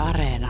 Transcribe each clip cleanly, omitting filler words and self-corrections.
Areena.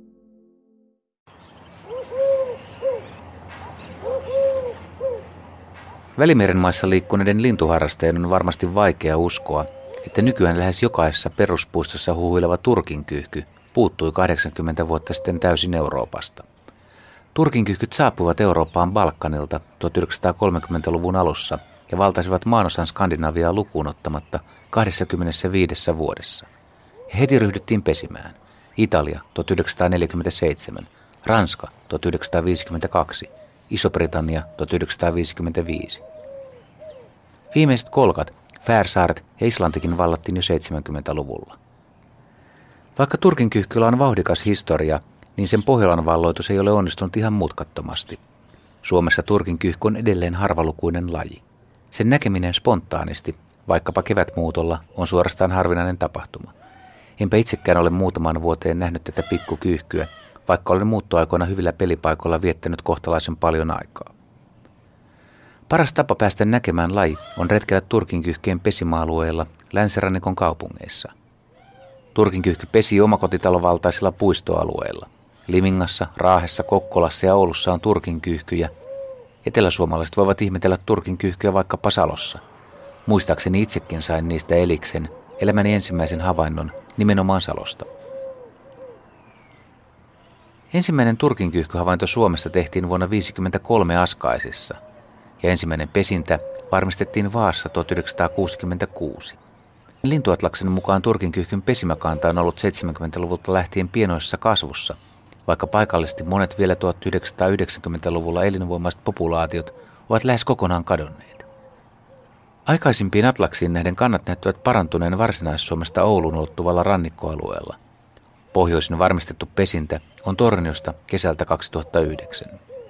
Välimeren maissa liikkuneiden lintuharrastajien on varmasti vaikea uskoa, että nykyään lähes jokaisessa peruspuistossa huhuileva turkinkyyhky puuttui 80 vuotta sitten täysin Euroopasta. Turkinkyyhkyt saapuivat Eurooppaan Balkanilta 1930-luvun alussa ja valtasivat maanosan Skandinaviaa lukuun ottamatta 25 vuodessa. Ja heti ryhdyttiin pesimään. Italia 1947, Ranska 1952, Iso-Britannia 1955. Viimeiset kolkat, Färsaaret ja Islantikin vallattiin jo 70-luvulla. Vaikka turkinkyyhkyllä on vauhdikas historia, niin sen Pohjolan valloitus ei ole onnistunut ihan mutkattomasti. Suomessa turkinkyyhky on edelleen harvalukuinen laji. Sen näkeminen spontaanisti, vaikkapa kevätmuutolla, on suorastaan harvinainen tapahtuma. Enpä itsekään ole muutaman vuoteen nähnyt tätä pikkukyyhkyä, vaikka olen muuttoaikoina hyvillä pelipaikoilla viettänyt kohtalaisen paljon aikaa. Paras tapa päästä näkemään laji on retkellä turkinkyyhkien pesimäalueilla länsirannikon kaupungeissa. Turkinkyyhky pesii omakotitalovaltaisilla puistoalueilla. Limingassa, Raahessa, Kokkolassa ja Oulussa on turkinkyyhkyjä. Eteläsuomalaiset voivat ihmetellä turkinkyyhkyä vaikkapa Salossa. Muistaakseni itsekin sain niistä eliksen, elämäni ensimmäisen havainnon nimenomaan Salosta. Ensimmäinen turkinkyyhkyhavainto Suomessa tehtiin vuonna 1953 Askaisissa ja ensimmäinen pesintä varmistettiin Vaassa 1966. Lintuatlaksen mukaan turkinkyyhkyn pesimäkanta on ollut 70-luvulta lähtien pienoisessa kasvussa, vaikka paikallisesti monet vielä 1990-luvulla elinvoimaiset populaatiot ovat lähes kokonaan kadonneet. Aikaisimpiin atlaksiin nähden kannat näyttävät parantuneen Varsinais-Suomesta Ouluun ulottuvalla rannikkoalueella. Pohjoisin varmistettu pesintä on Torniosta kesältä 2009.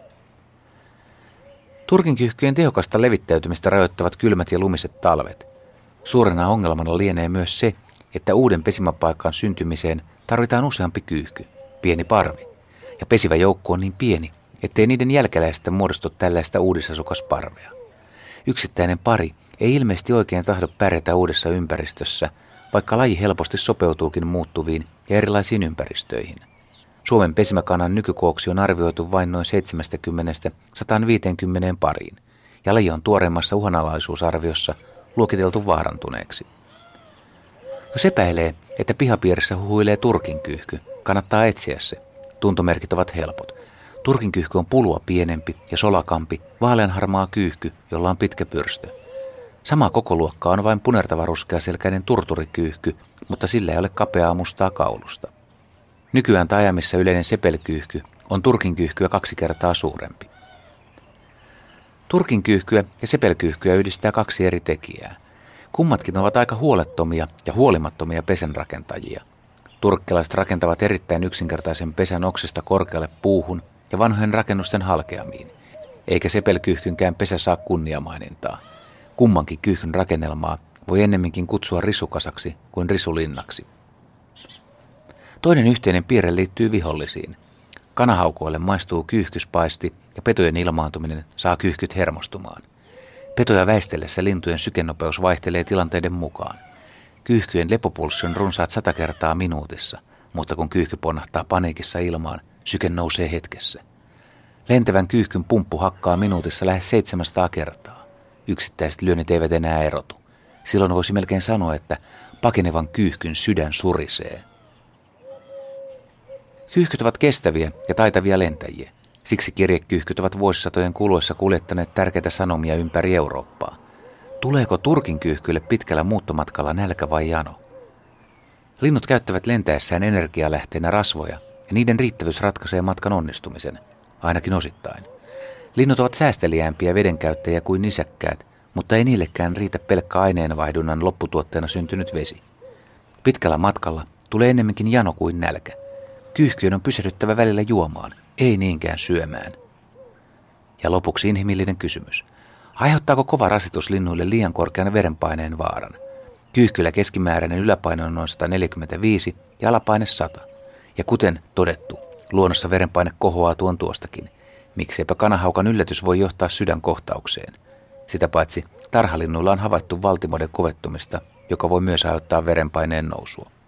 Turkinkyyhkyjen tehokasta levittäytymistä rajoittavat kylmät ja lumiset talvet. Suurena ongelmana lienee myös se, että uuden pesimäpaikan syntymiseen tarvitaan useampi kyyhky, pieni parvi. Ja pesivä joukko on niin pieni, ettei niiden jälkeläistä muodostu tällaista uudisasukasparvea. Yksittäinen pari ei ilmeisesti oikein tahdo pärjätä uudessa ympäristössä, vaikka laji helposti sopeutuukin muuttuviin ja erilaisiin ympäristöihin. Suomen pesimäkannan nykykooksi on arvioitu vain noin 70–150 pariin, ja laji on tuoreimmassa uhanalaisuusarviossa luokiteltu vaarantuneeksi. Jos epäilee, että pihapiirissä huhuilee turkinkyyhky, kannattaa etsiä se. Tuntomerkit ovat helpot. Turkinkyyhky on pulua pienempi ja solakampi, vaaleanharmaa kyyhky, jolla on pitkä pyrstö. Samaa kokoluokkaa on vain punertava ruskeaselkäinen turturikyyhky, mutta sillä ei ole kapeaa mustaa kaulusta. Nykyään taajamissa yleinen sepelkyyhky on turkinkyyhkyä 2 kertaa suurempi. Turkinkyyhkyä ja sepelkyyhkyä yhdistää 2 eri tekijää. Kummatkin ovat aika huolettomia ja huolimattomia pesänrakentajia. Turkkilaiset rakentavat erittäin yksinkertaisen pesän oksista korkealle puuhun ja vanhojen rakennusten halkeamiin, eikä sepelkyyhkynkään pesä saa kunniamainintaa. Kummankin kyyhkyn rakennelmaa voi ennemminkin kutsua risukasaksi kuin risulinnaksi. Toinen yhteinen piirre liittyy vihollisiin. Kanahaukoille maistuu kyyhkyspaisti ja petojen ilmaantuminen saa kyyhkyt hermostumaan. Petoja väistellessä lintujen sykenopeus vaihtelee tilanteiden mukaan. Kyyhkyjen lepopulssi on runsaat 100 kertaa minuutissa, mutta kun kyyhky ponnahtaa paniikissa ilmaan, syke nousee hetkessä. Lentävän kyyhkyn pumppu hakkaa minuutissa lähes 700 kertaa. Yksittäiset lyönnit eivät enää erotu. Silloin voisi melkein sanoa, että pakenevan kyyhkyn sydän surisee. Kyyhkyt ovat kestäviä ja taitavia lentäjiä. Siksi kirjekyyhkyt ovat vuosisatojen kuluessa kuljettaneet tärkeitä sanomia ympäri Eurooppaa. Tuleeko turkinkyyhkyille pitkällä muuttomatkalla nälkä vai jano? Linnut käyttävät lentäessään energialähteenä rasvoja, ja niiden riittävyys ratkaisee matkan onnistumisen, ainakin osittain. Linnut ovat säästeliäämpiä vedenkäyttäjiä kuin nisäkkäät, mutta ei niillekään riitä pelkkä aineenvaihdunnan lopputuotteena syntynyt vesi. Pitkällä matkalla tulee ennemminkin jano kuin nälkä. Kyyhkyjen on pysähdyttävä välillä juomaan, ei niinkään syömään. Ja lopuksi inhimillinen kysymys. Aiheuttaako kova rasitus linnuille liian korkean verenpaineen vaaran? Kyyhkyllä keskimääräinen yläpaine on noin 145 ja alapaine 100. Ja kuten todettu, luonnossa verenpaine kohoaa tuon tuostakin. Mikseipä kanahaukan yllätys voi johtaa sydänkohtaukseen. Sitä paitsi tarhalinnuilla on havaittu valtimoiden kovettumista, joka voi myös aiheuttaa verenpaineen nousua.